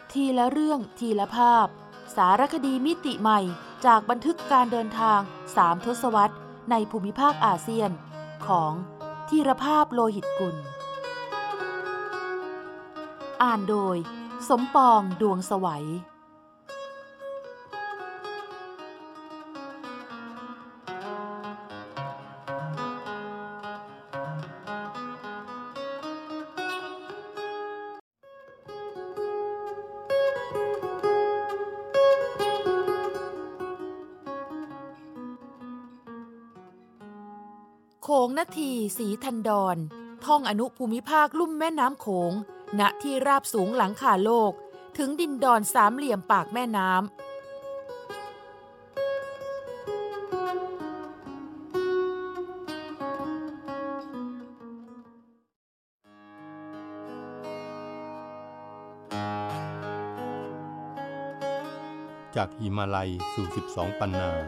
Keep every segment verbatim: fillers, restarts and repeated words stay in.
ทีละเรื่องทีละภาพสารคดีมิติใหม่จากบันทึกการเดินทางสามทศวรรษในภูมิภาคอาเซียนของธีรภาพโลหิตกุลอ่านโดยสมปองดวงไสวัยโขงนาทีศรีทันดรท่องอนุภูมิภาคลุ่มแม่น้ำโขงณที่ราบสูงหลังคาโลกถึงดินดอนสามเหลี่ยมปากแม่น้ำจากหิมาลัยสู่สิบสองปันนา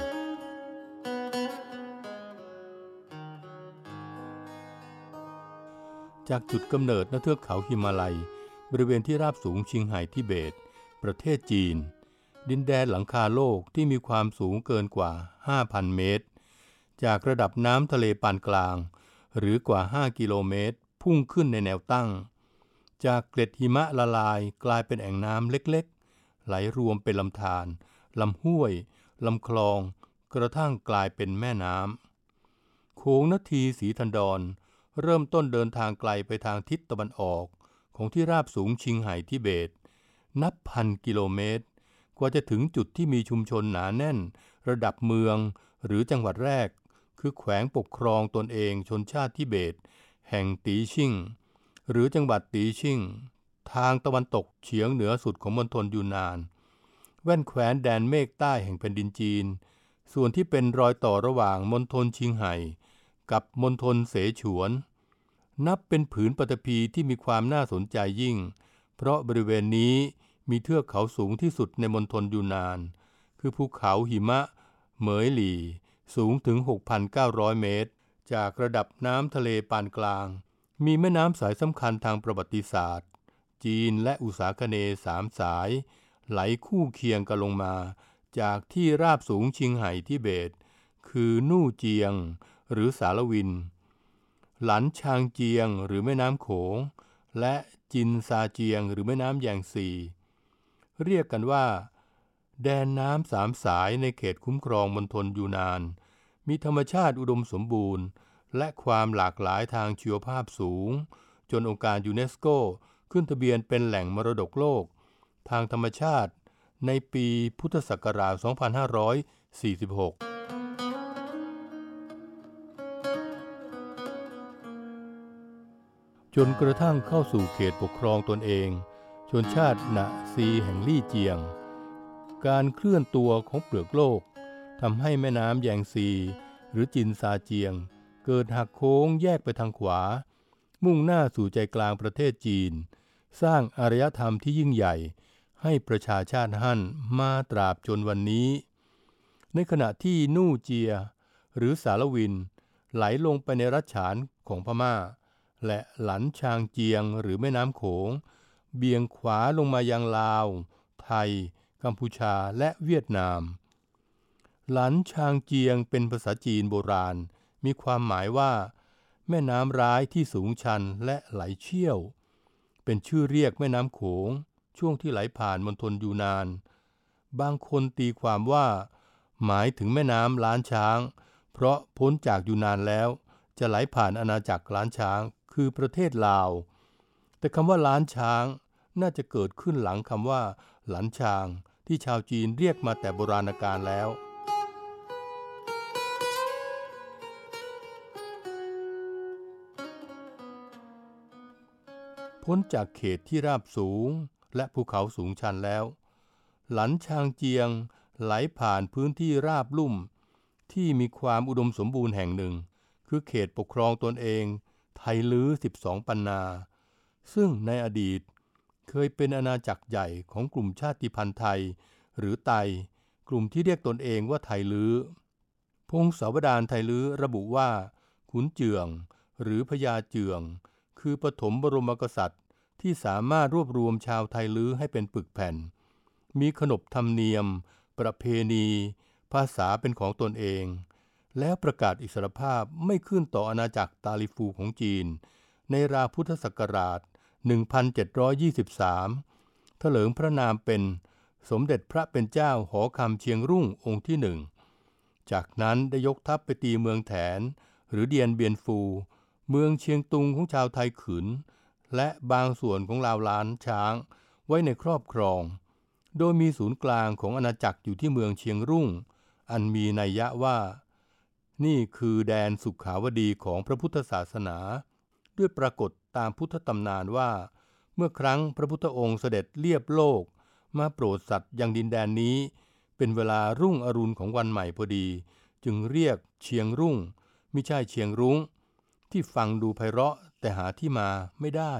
จากจุดกำเนิดณเทือกเขาหิมาลัยบริเวณที่ราบสูงชิงไห่ทิเบตประเทศจีนดินแดนหลังคาโลกที่มีความสูงเกินกว่า ห้าพัน เมตรจากระดับน้ำทะเลปานกลางหรือกว่าห้ากิโลเมตรพุ่งขึ้นในแนวตั้งจากเกล็ดหิมะละลายกลายเป็นแอ่งน้ำเล็กๆไหลรวมเป็นลำธารลำห้วยลำคลองกระทั่งกลายเป็นแม่น้ำโขงนาทีศรีทันดรเริ่มต้นเดินทางไกลไปทางทิศตะวันออกของที่ราบสูงชิงไห่ทิเบตนับพันกิโลเมตรกว่าจะถึงจุดที่มีชุมชนหนาแน่นระดับเมืองหรือจังหวัดแรกคือแขวงปกครองตนเองชนชาติทิเบตแห่งตีชิ่งหรือจังหวัดตีชิ่งทางตะวันตกเฉียงเหนือสุดของมณฑลยูนนานแว่นแคว้นแดนเมฆใต้แห่งแผ่นดินจีนส่วนที่เป็นรอยต่อระหว่างมณฑลชิงไห่กับมณฑลเสฉวนนับเป็นผืนปฐพีที่มีความน่าสนใจยิ่งเพราะบริเวณนี้มีเทือกเขาสูงที่สุดในมณฑลยูนนานคือภูเขาหิมะเหมยหลี่สูงถึง หกพันเก้าร้อย เมตรจากระดับน้ำทะเลปานกลางมีแม่น้ำสายสำคัญทางประวัติศาสตร์จีนและอุษาคเนย์สามสายไหลคู่เคียงกันลงมาจากที่ราบสูงชิงไห่ทิเบตคือนู่เจียงหรือสารวินหลันชางเจียงหรือแม่น้ำโขงและจินซาเจียงหรือแม่น้ำแยงซีเรียกกันว่าแดนน้ำสามสายในเขตคุ้มครองมณฑลยูนนานมีธรรมชาติอุดมสมบูรณ์และความหลากหลายทางชีวภาพสูงจนองค์การยูเนสโกขึ้นทะเบียนเป็นแหล่งมรดกโลกทางธรรมชาติในปีพุทธศักราช สองพันห้าร้อยสี่สิบหกจนกระทั่งเข้าสู่เขตปกครองตนเองชนชาตินะซีแห่งลี่เจียงการเคลื่อนตัวของเปลือกโลกทำให้แม่น้ำแยงซีหรือจินซาเจียงเกิดหักโค้งแยกไปทางขวามุ่งหน้าสู่ใจกลางประเทศจีนสร้างอารยธรรมที่ยิ่งใหญ่ให้ประชาชาติฮั่นมาตราบจนวันนี้ในขณะที่นู่เจียหรือสารวินไหลลงไปในรัชฉานของพม่าและหลันชางเจียงหรือแม่น้ำโขงเบี่ยงขวาลงมายังลาวไทยกัมพูชาและเวียดนามหลันชางเจียงเป็นภาษาจีนโบราณมีความหมายว่าแม่น้ำร้ายที่สูงชันและไหลเชี่ยวเป็นชื่อเรียกแม่น้ำโขงช่วงที่ไหลผ่านมณฑลยูนนานบางคนตีความว่าหมายถึงแม่น้ำล้านช้างเพราะพ้นจากยูนนานแล้วจะไหลผ่านอาณาจักรล้านช้างคือประเทศลาวแต่คำว่าล้านช้างน่าจะเกิดขึ้นหลังคำว่าหลันชางที่ชาวจีนเรียกมาแต่โบราณกาลแล้วพ้นจากเขตที่ราบสูงและภูเขาสูงชันแล้วหลันชางเจียงไหลผ่านพื้นที่ราบลุ่มที่มีความอุดมสมบูรณ์แห่งหนึ่งคือเขตปกครองตนเองไทลื้อสิบสองปันนาซึ่งในอดีตเคยเป็นอาณาจักรใหญ่ของกลุ่มชาติพันธุ์ไทยหรือไตกลุ่มที่เรียกตนเองว่าไทลื้อพงศาวดารไทลื้อระบุว่าขุนเจืองหรือพญาเจืองคือปฐมบรมกษัตริย์ที่สามารถรวบรวมชาวไทลื้อให้เป็นปึกแผ่นมีขนบธรรมเนียมประเพณีภาษาเป็นของตนเองแล้วประกาศอิสรภาพไม่ขึ้นต่ออาณาจักรตาลิฟูของจีนในราวพุทธศักราชหนึ่งพันเจ็ดร้อยยี่สิบสามเถลิงพระนามเป็นสมเด็จพระเป็นเจ้าหอคำเชียงรุ่งองค์ที่หนึ่งจากนั้นได้ยกทัพไปตีเมืองแถนหรือเดียนเบียนฟูเมืองเชียงตุงของชาวไทยขืนและบางส่วนของลาวล้านช้างไว้ในครอบครองโดยมีศูนย์กลางของอาณาจักรอยู่ที่เมืองเชียงรุ่งอันมีนัยยะว่านี่คือแดนสุขาวดีของพระพุทธศาสนาด้วยปรากฏตามพุทธตำนานว่าเมื่อครั้งพระพุทธองค์เสด็จเลียบโลกมาโปรดสัตว์ยังดินแดนนี้เป็นเวลารุ่งอรุณของวันใหม่พอดีจึงเรียกเชียงรุ่งมิใช่เชียงรุ้งที่ฟังดูไพเราะแต่หาที่มาไม่ได้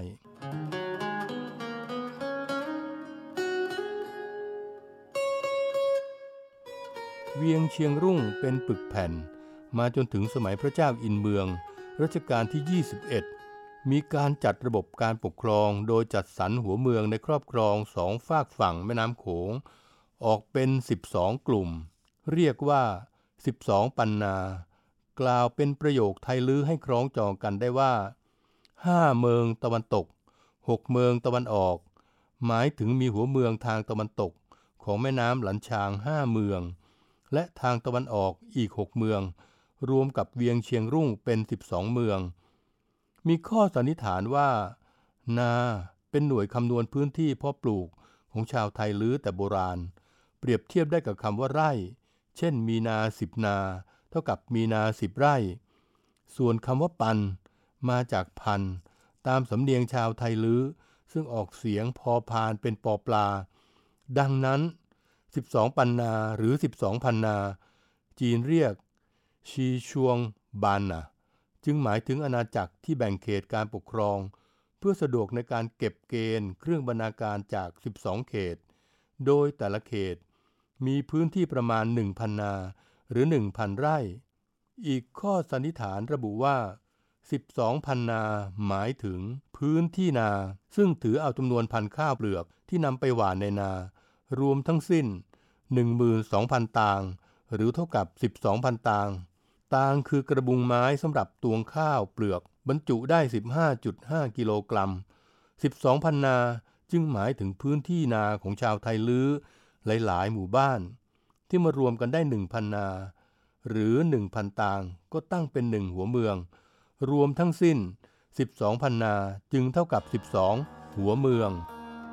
เวียงเชียงรุ่งเป็นปึกแผ่นมาจนถึงสมัยพระเจ้าอินเมืองรัชกาลที่ยี่สิบเอ็ดมีการจัดระบบการปกครองโดยจัดสรรหัวเมืองในครอบครองสองฝากฝั่งแม่น้ำโขงออกเป็นสิบสองกลุ่มเรียกว่าสิบสองปันนากล่าวเป็นประโยคไทยลื้อให้คล้องจองกันได้ว่าห้าเมืองตะวันตกหกเมืองตะวันออกหมายถึงมีหัวเมืองทางตะวันตกของแม่น้ำหลันชางห้าเมืองและทางตะวันออกอีกหกเมืองรวมกับเวียงเชียงรุ่งเป็นสิบสองเมืองมีข้อสันนิษฐานว่านาเป็นหน่วยคำนวณพื้นที่เพาะปลูกของชาวไทยลื้อแต่โบราณเปรียบเทียบได้กับคำว่าไร่เช่นมีนาสิบนาเท่ากับมีนาสิบไร่ส่วนคำว่าปันมาจากพันตามสำเนียงชาวไทยลื้อซึ่งออกเสียงพอพานเป็นปอปลาดังนั้นสิบสองปันนาหรือสิบสองพันนาจีนเรียกชีชวงบานนะจึงหมายถึงอาณาจักรที่แบ่งเขตการปกครองเพื่อสะดวกในการเก็บเกณฑ์เครื่องบรรณาการจากสิบสองเขตโดยแต่ละเขตมีพื้นที่ประมาณ หนึ่งพัน นาหรือ หนึ่งพัน ไร่อีกข้อสันนิษฐานระบุว่าสิบสองพันนาหมายถึงพื้นที่นาซึ่งถือเอาจำนวนพันธุ์ข้าวเปลือกที่นำไปหว่านในนารวมทั้งสิ้น หนึ่งหมื่นสองพัน ตางหรือเท่ากับ สิบสองพัน ตางตางคือกระบุงไม้สำหรับตวงข้าวเปลือกบรรจุได้ สิบห้าจุดห้า กิโลกรัม สิบสองพัน นาจึงหมายถึงพื้นที่นาของชาวไทยลื้อหลายๆหมู่บ้านที่มารวมกันได้ หนึ่งพัน นาหรือ หนึ่งพัน ตางก็ตั้งเป็นหนึ่งหัวเมืองรวมทั้งสิ้น สิบสองพัน นาจึงเท่ากับ สิบสอง หัวเมือง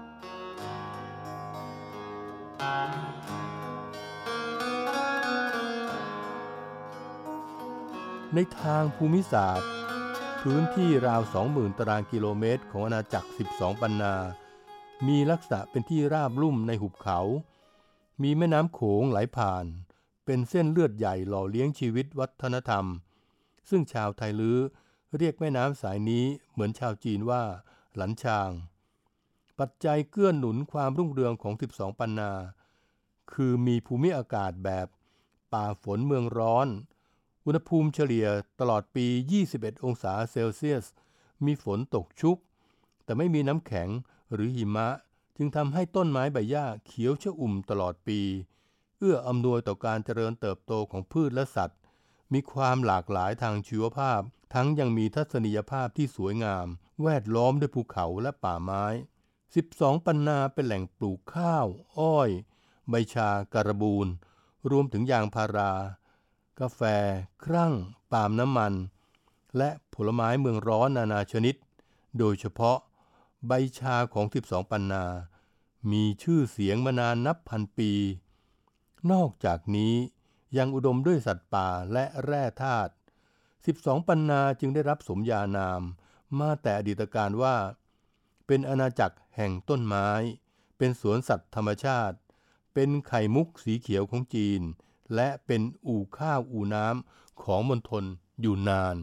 ในทางภูมิศาสตร์พื้นที่ราว สองหมื่น ตารางกิโลเมตรของอาณาจักรสิบสองปันนามีลักษณะเป็นที่ราบลุ่มในหุบเขามีแม่น้ำโขงไหลผ่านเป็นเส้นเลือดใหญ่หล่อเลี้ยงชีวิตวัฒนธรรมซึ่งชาวไทยลื้อเรียกแม่น้ำสายนี้เหมือนชาวจีนว่าหลันชางปัจจัยเกื้อหนุนความรุ่งเรืองของสิบสองปันนาคือมีภูมิอากาศแบบป่าฝนเมืองร้อนอุณหภูมิเฉลี่ยตลอดปียี่สิบเอ็ดองศาเซลเซียสมีฝนตกชุกแต่ไม่มีน้ำแข็งหรือหิมะจึงทำให้ต้นไม้ใบหญ้าเขียวชอุ่มตลอดปีเอื้ออำนวยต่อการเจริญเติบโตของพืชและสัตว์มีความหลากหลายทางชีวภาพทั้งยังมีทัศนียภาพที่สวยงามแวดล้อมด้วยภูเขาและป่าไม้สิบสองปันนาเป็นแหล่งปลูกข้าวอ้อยใบชาการบูนรวมถึงยางพารากาแฟครั่งปาล์มน้ำมันและผลไม้เมืองร้อนนานาชนิดโดยเฉพาะใบชาของสิบสองปันนามีชื่อเสียงมานานนับพันปีนอกจากนี้ยังอุดมด้วยสัตว์ป่าและแร่ธาตุสิบสองปันนาจึงได้รับสมญานามมาแต่อดีตการว่าเป็นอาณาจักรแห่งต้นไม้เป็นสวนสัตว์ธรรมชาติเป็นไข่มุกสีเขียวของจีนและเป็นอู่ข้าวอู่น้ำของมณฑลอยู่นาน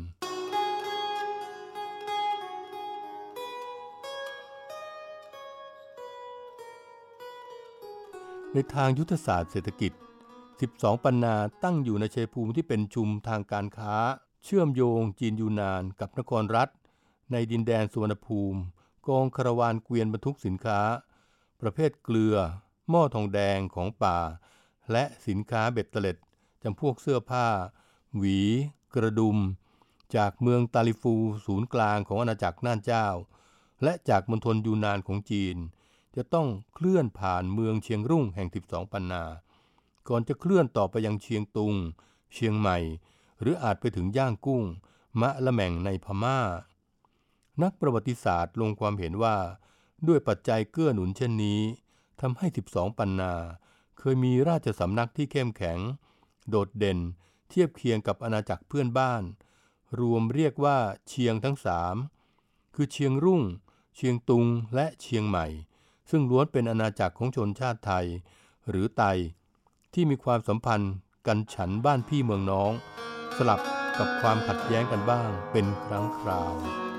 ในทางยุทธศาสตร์เศรษฐกิจสิบสองปันนาตั้งอยู่ในชัยภูมิที่เป็นชุมทางการค้าเชื่อมโยงจีนยูนานกับนครรัฐในดินแดนสุวรรณภูมิกองคาราวานเกวียนบรรทุกสินค้าประเภทเกลือหม้อทองแดงของป่าและสินค้าเบ็ดเตล็ดจำพวกเสื้อผ้าหวีกระดุมจากเมืองตาลิฟูศูนย์กลางของอาณาจักรน่านเจ้าและจากมณฑลยูนานของจีนจะต้องเคลื่อนผ่านเมืองเชียงรุ่งแห่งสิบสองปันนาก่อนจะเคลื่อนต่อไปยังเชียงตุงเชียงใหม่หรืออาจไปถึงย่างกุ้งมะละแม่งในพม่านักประวัติศาสตร์ลงความเห็นว่าด้วยปัจจัยเกื้อหนุนเช่นนี้ทำให้สิบสองปันนาเคยมีราชสำนักที่เข้มแข็งโดดเด่นเทียบเคียงกับอาณาจักรเพื่อนบ้านรวมเรียกว่าเชียงทั้งสามคือเชียงรุ่งเชียงตุงและเชียงใหม่ซึ่งล้วนเป็นอาณาจักรของชนชาติไทยหรือไตที่มีความสัมพันธ์กันฉันบ้านพี่เมืองน้องสลับกับความขัดแย้งกันบ้างเป็นครั้งคราว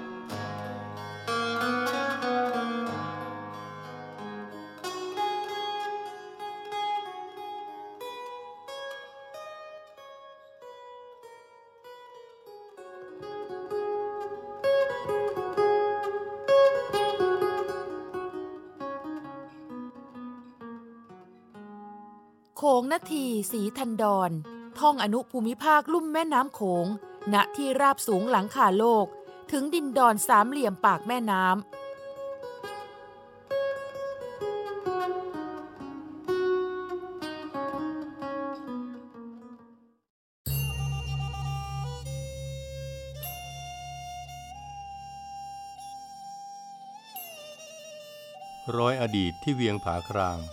โขงนาทีศรีทันดรท่องอนุภูมิภาคลุ่มแม่น้ำโขงณที่ราบสูงหลังคาโลกถึงดินดอนสามเหลี่ยมปากแม่น้ำร้อยอดีตที่เวียงผาคราม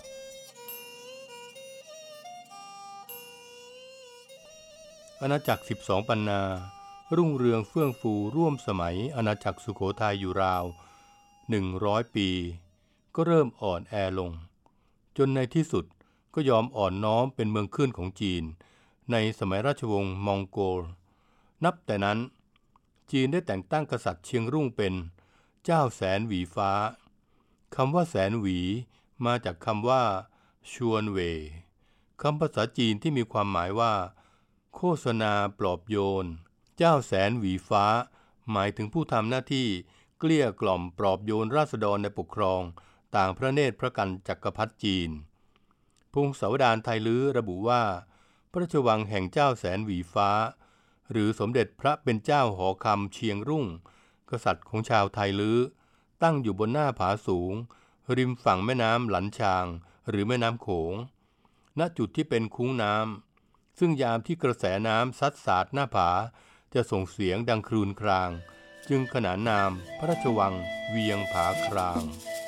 อาณาจักรสิบสองปันนารุ่งเรืองเฟื่องฟูร่วมสมัยอาณาจักรสุโขทัยอยู่ราวหนึ่งร้อยปีก็เริ่มอ่อนแอลงจนในที่สุดก็ยอมอ่อนน้อมเป็นเมืองขึ้นของจีนในสมัยราชวงศ์มองโกลนับแต่นั้นจีนได้แต่งตั้งกษัตริย์เชียงรุ่งเป็นเจ้าแสนหวีฟ้าคำว่าแสนหวีมาจากคำว่าชวนเว่ยคำภาษาจีนที่มีความหมายว่าโฆษณาปลอบโยนเจ้าแสนหวีฟ้าหมายถึงผู้ทำหน้าที่เกลี้ยกล่อมปลอบโยนราษฎรในปกครองต่างพระเนตรพระกันจักรพรรดิจีนพงศาวดารไทยลื้อระบุว่าพระราชวังแห่งเจ้าแสนหวีฟ้าหรือสมเด็จพระเป็นเจ้าหอคำเชียงรุ่งกษัตริย์ของชาวไทยลื้อตั้งอยู่บนหน้าผาสูงริมฝั่งแม่น้ำหลันชางหรือแม่น้ำโขงณจุดที่เป็นคุ้งน้ำซึ่งยามที่กระแสน้ำซัดสาดหน้าผาจะส่งเสียงดังครูนครางจึงขนานนามพระราชวังเวียงผาคราง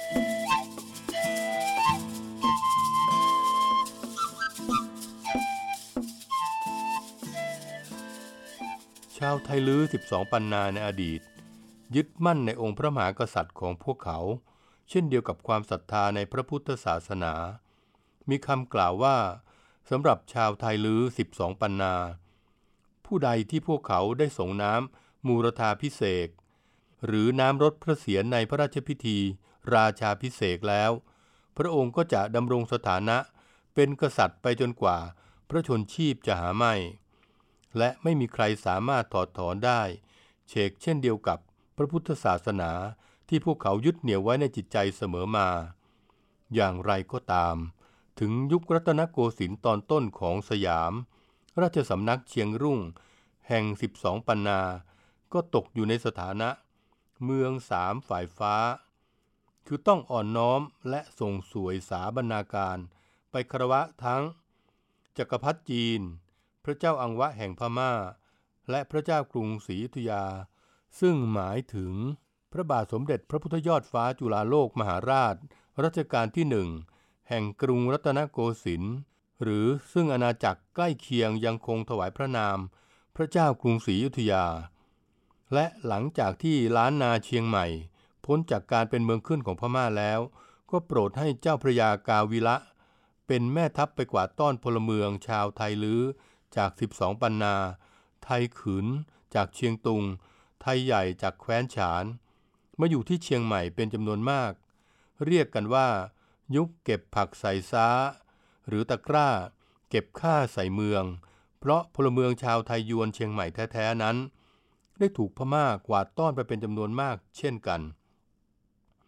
ชาวไทยลื้อสิบสองปันนาในอดีตยึดมั่นในองค์พระมหากษัตริย์ของพวกเขาเช่นเดียวกับความศรัทธาในพระพุทธศาสนามีคำกล่าวว่าสำหรับชาวไทยลื้อสิบสองปันนาผู้ใดที่พวกเขาได้ส่งน้ำมูรธาภิเษกหรือน้ำรดพระเศียรในพระราชพิธีราชาภิเษกแล้วพระองค์ก็จะดำรงสถานะเป็นกษัตริย์ไปจนกว่าพระชนชีพจะหาไม่และไม่มีใครสามารถถอดถอนได้เชกเช่นเดียวกับพระพุทธศาสนาที่พวกเขายึดเหนี่ยวไว้ในจิตใจเสมอมาอย่างไรก็ตามถึงยุครัตนโกสินทร์ตอนต้นของสยามราชสำนักเชียงรุ่งแห่งสิบสองปันนาก็ตกอยู่ในสถานะเมืองสามฝ่ายฟ้าคือต้องอ่อนน้อมและส่งสวยสาบรรณาการไปคารวะทั้งจักรพรรดิจีนพระเจ้าอังวะแห่งพม่าและพระเจ้ากรุงศรีอยุธยาซึ่งหมายถึงพระบาทสมเด็จพระพุทธยอดฟ้าจุฬาโลกมหาราชรัชกาลที่หนึ่งแห่งกรุงรัตนโกสินทร์หรือซึ่งอาณาจักรใกล้เคียงยังคงถวายพระนามพระเจ้ากรุงศรีอยุธยาและหลังจากที่ล้านนาเชียงใหม่พ้นจากการเป็นเมืองขึ้นของพม่าแล้วก็โปรดให้เจ้าพระยากาวิระเป็นแม่ทัพไปกวาดต้อนพลเมืองชาวไทยลื้อจากสิบสองปันนาไทยขืนจากเชียงตุงไทยใหญ่จากแคว้นฉานมาอยู่ที่เชียงใหม่เป็นจำนวนมากเรียกกันว่ายุคเก็บผักใส่ซ้าหรือตะกร้าเก็บข้าใส่เมืองเพราะพลเมืองชาวไทยยวนเชียงใหม่แท้ๆนั้นได้ถูกพม่ากวาดต้อนไปเป็นจำนวนมากเช่นกัน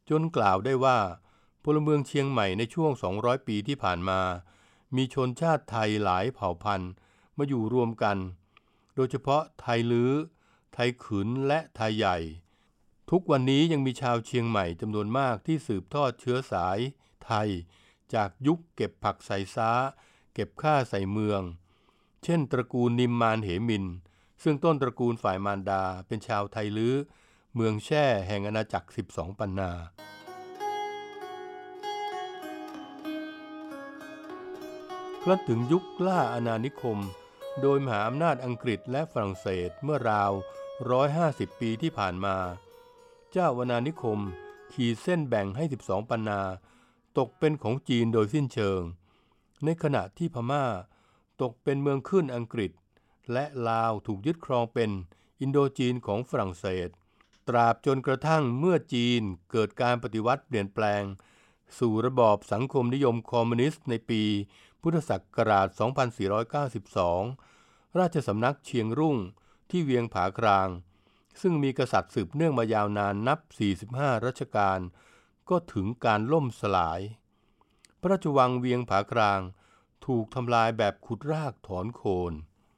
จนกล่าวได้ว่าพลเมืองเชียงใหม่ในช่วงสองร้อยปีที่ผ่านมามีชนชาติไทยหลายเผ่าพันธุ์มาอยู่รวมกันโดยเฉพาะไทยลื้อไทยขืนและไทยใหญ่ทุกวันนี้ยังมีชาวเชียงใหม่จำนวนมากที่สืบทอดเชื้อสายไทยจากยุคเก็บผักใส่ซ้าเก็บข้าใส่เมืองเช่นตระกูลนิมมานเหมินซึ่งต้นตระกูลฝ่ายมารดาเป็นชาวไทยลื้อเมืองแช่แห่งอาณาจักรสิบสองปันนาครั้นถึงยุคล่าอาณานิคมโดยมหาอำนาจอังกฤษและฝรั่งเศสเมื่อราวหนึ่งร้อยห้าสิบปีที่ผ่านมาเจ้าอาณานิคมขีดเส้นแบ่งให้สิบสองปันนาตกเป็นของจีนโดยสิ้นเชิงในขณะที่พม่าตกเป็นเมืองขึ้นอังกฤษและลาวถูกยึดครองเป็นอินโดจีนของฝรั่งเศสตราบจนกระทั่งเมื่อจีนเกิดการปฏิวัติเปลี่ยนแปลงสู่ระบอบสังคมนิยมคอมมิวนิสต์ในปีพุทธศักราชสองพันสี่ร้อยเก้าสิบสองราชสำนักเชียงรุ่งที่เวียงผากลางซึ่งมีกษัตริย์สืบเนื่องมายาวนานนับสี่สิบห้ารัชกาลก็ถึงการล่มสลายพระราชวังเวียงผากลางถูกทำลายแบบขุดรากถอนโคน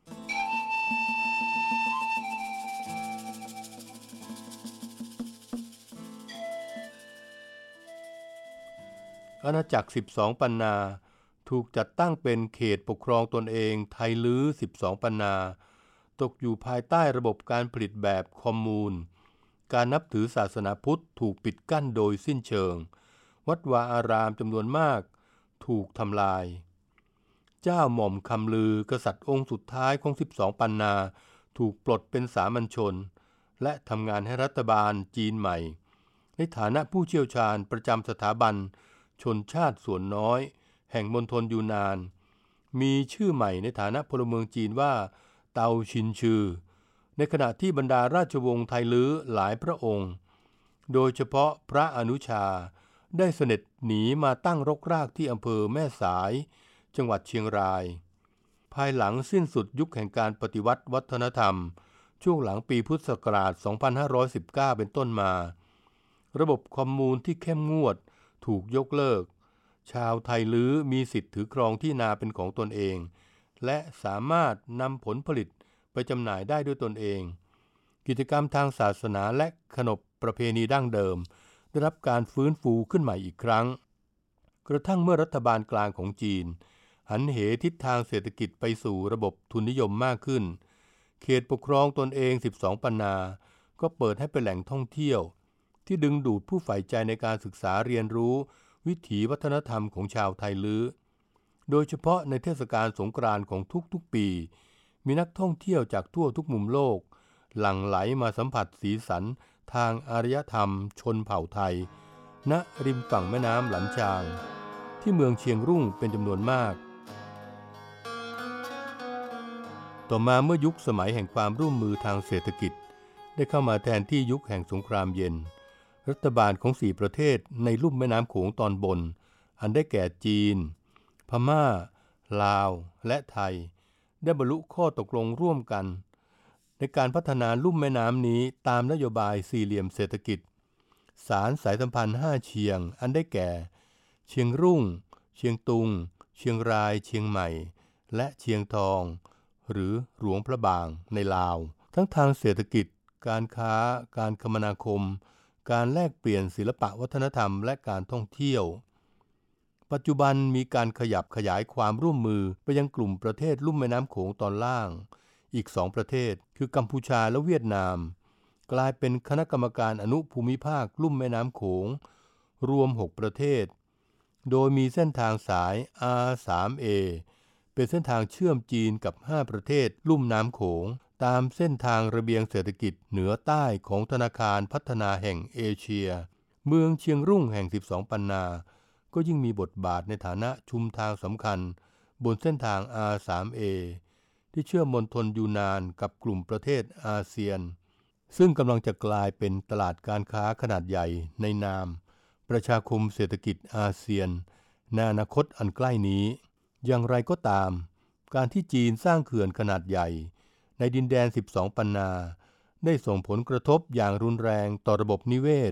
อาณาจักรสิบสองปันนาถูกจัดตั้งเป็นเขตปกครองตนเองไทยลื้อสิบสองปันนาตกอยู่ภายใต้ระบบการผลิตแบบคอมมูนการนับถือศาสนาพุทธถูกปิดกั้นโดยสิ้นเชิงวัดวาอารามจำนวนมากถูกทำลายเจ้าหม่อมคำลือกษัตริย์องค์สุดท้ายของสิบสองปันนาถูกปลดเป็นสามัญชนและทำงานให้รัฐบาลจีนใหม่ในฐานะผู้เชี่ยวชาญประจำสถาบันชนชาติส่วนน้อยแห่งมณฑลยูนานมีชื่อใหม่ในฐานะพลเมืองจีนว่าเตาชินชือในขณะที่บรรดาราชวงศ์ไทยลื้อหลายพระองค์โดยเฉพาะพระอนุชาได้เสด็จหนีมาตั้งรกรากที่อำเภอแม่สายจังหวัดเชียงรายภายหลังสิ้นสุดยุคแห่งการปฏิวัติวัฒนธรรมช่วงหลังปีพุทธศักราชสองพันห้าร้อยสิบเก้าเป็นต้นมาระบบคอมมูนที่เข้มงวดถูกยกเลิกชาวไทยลื้อมีสิทธิ์ถือครองที่นาเป็นของตนเองและสามารถนำผลผลิตไปจำหน่ายได้ด้วยตนเองกิจกรรมทางศาสนาและขนบประเพณีดั้งเดิมได้รับการฟื้นฟูขึ้นใหม่อีกครั้งกระทั่งเมื่อรัฐบาลกลางของจีนหันเหทิศทางเศรษฐกิจไปสู่ระบบทุนนิยมมากขึ้นเขตปกครองตนเองสิบสองปันนาก็เปิดให้เป็นแหล่งท่องเที่ยวที่ดึงดูดผู้ใฝ่ใจในการศึกษาเรียนรู้วิถีวัฒนธรรมของชาวไทยลื้อโดยเฉพาะในเทศกาลสงกรานต์ของทุกๆปีมีนักท่องเที่ยวจากทั่วทุกมุมโลกหลั่งไหลมาสัมผัสสีสันทางอารยธรรมชนเผ่าไทยณริมฝั่งแม่น้ำหลันชางที่เมืองเชียงรุ่งเป็นจำนวนมากต่อมาเมื่อยุคสมัยแห่งความร่วมมือทางเศรษฐกิจได้เข้ามาแทนที่ยุคแห่งสงครามเย็นรัฐบาลของสี่ประเทศในลุ่มแม่น้ำโขงตอนบนอันได้แก่จีนพม่าลาวและไทยได้บรรลุข้อตกลงร่วมกันในการพัฒนาลุ่มแม่น้ำนี้ตามนโยบายสี่เหลี่ยมเศรษฐกิจสารสายสัมพันธ์ห้าเชียงอันได้แก่เชียงรุ่งเชียงตุงเชียงรายเชียงใหม่และเชียงทองหรือหลวงพระบางในลาวทั้งทางเศรษฐกิจการค้าการคมนาคมการแลกเปลี่ยนศิลปะวัฒนธรรมและการท่องเที่ยวปัจจุบันมีการขยับขยายความร่วมมือไปยังกลุ่มประเทศลุ่มแม่น้ำโขงตอนล่างอีกสองประเทศคือกัมพูชาและเวียดนามกลายเป็นคณะกรรมการอนุภูมิภาคลุ่มแม่น้ำโขงรวมหกประเทศโดยมีเส้นทางสาย อาร์ ทรี เอ เป็นเส้นทางเชื่อมจีนกับห้าประเทศลุ่มน้ำโขงตามเส้นทางระเบียงเศรษฐกิจเหนือใต้ของธนาคารพัฒนาแห่งเอเชียเมืองเชียงรุ่งแห่งสิบสองปันนาก็ยิ่งมีบทบาทในฐานะชุมทางสำคัญบนเส้นทาง อาร์ ทรี เอ ที่เชื่อมมณฑลยูนานกับกลุ่มประเทศอาเซียนซึ่งกำลังจะกลายเป็นตลาดการค้าขนาดใหญ่ในนามประชาคมเศรษฐกิจอาเซียนในอนาคตอันใกล้นี้อย่างไรก็ตามการที่จีนสร้างเขื่อนขนาดใหญ่ในดินแดนสิบสองปันนาได้ส่งผลกระทบอย่างรุนแรงต่อระบบนิเวศ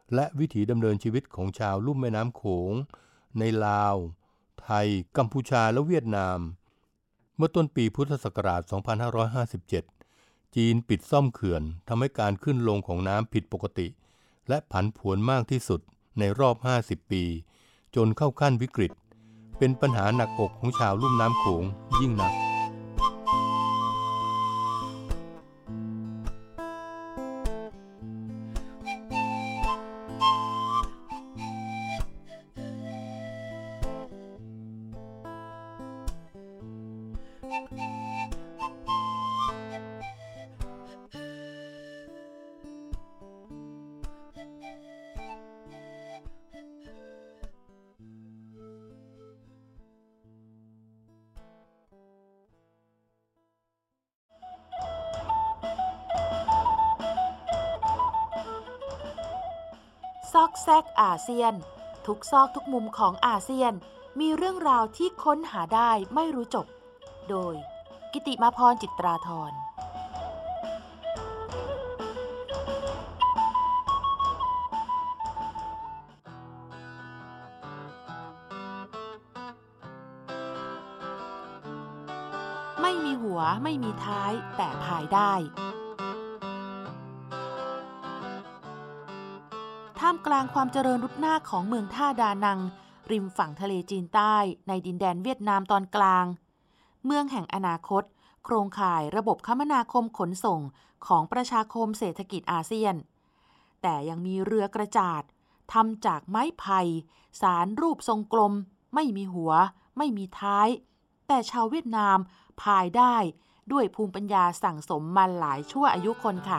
และวิถีดำเนินชีวิตของชาวลุ่มแม่น้ำโขงในลาวไทยกัมพูชาและเวียดนามเมื่อต้นปีพุทธศักราช สองพันห้าร้อยห้าสิบเจ็ด จีนปิดซ่อมเขื่อนทำให้การขึ้นลงของน้ำผิดปกติและผันผวนมากที่สุดในรอบ ห้าสิบ ปีจนเข้าขั้นวิกฤตเป็นปัญหาหนักอกของชาวลุ่มน้ำโขงยิ่งนักซอกแซกอาเซียนทุกซอกทุกมุมของอาเซียนมีเรื่องราวที่ค้นหาได้ไม่รู้จบโดยกิติมาพรจิตราธรไม่มีหัวไม่มีท้ายแต่พายได้ท่ามกลางความเจริญรุดหน้าของเมืองท่าดานังริมฝั่งทะเลจีนใต้ในดินแดนเวียดนามตอนกลางเมืองแห่งอนาคตโครงข่ายระบบคมนาคมขนส่งของประชาคมเศรษฐกิจอาเซียนแต่ยังมีเรือกระจาดทำจากไม้ไผ่สารรูปทรงกลมไม่มีหัวไม่มีท้ายแต่ชาวเวียดนามพายได้ด้วยภูมิปัญญาสั่งสมมาหลายชั่วอายุคนค่ะ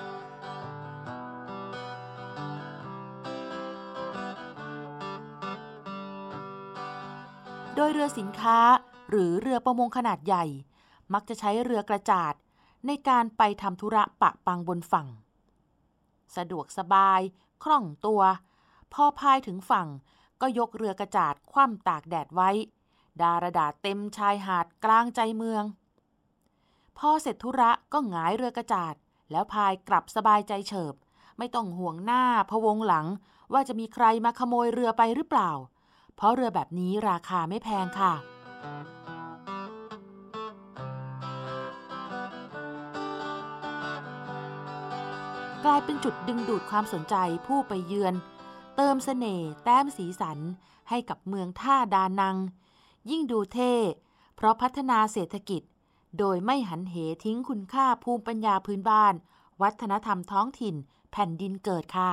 โดยเรือสินค้าหรือเรือประมงขนาดใหญ่มักจะใช้เรือกระจาดในการไปทำธุระปะปังบนฝั่งสะดวกสบายคล่องตัวพอพายถึงฝั่งก็ยกเรือกระจาดคว่ำตากแดดไว้ดารดาเต็มชายหาดกลางใจเมืองพอเสร็จธุระก็หงายเรือกระจาดแล้วพายกลับสบายใจเฉิบไม่ต้องห่วงหน้าพะวงหลังว่าจะมีใครมาขโมยเรือไปหรือเปล่าเพราะเรือแบบนี้ราคาไม่แพงค่ะกลายเป็นจุดดึงดูดความสนใจผู้ไปเยือนเติมเสน่ห์แต้มสีสันให้กับเมืองท่าดานังยิ่งดูเท่เพราะพัฒนาเศรษฐกิจโดยไม่หันเหทิ้งคุณค่าภูมิปัญญาพื้นบ้านวัฒนธรรมท้องถิ่นแผ่นดินเกิดค่ะ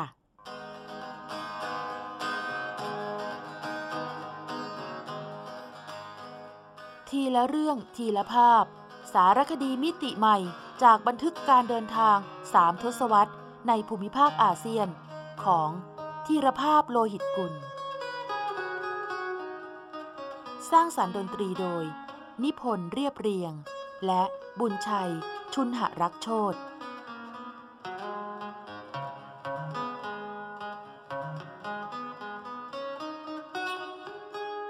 ทีละเรื่องทีละภาพสารคดีมิติใหม่จากบันทึกการเดินทางสามทศวรรษในภูมิภาคอาเซียนของธีรภาพโลหิตกุลสร้างสรรค์ดนตรีโดยนิพนธ์เรียบเรียงและบุญชัยชุนหรักโชติ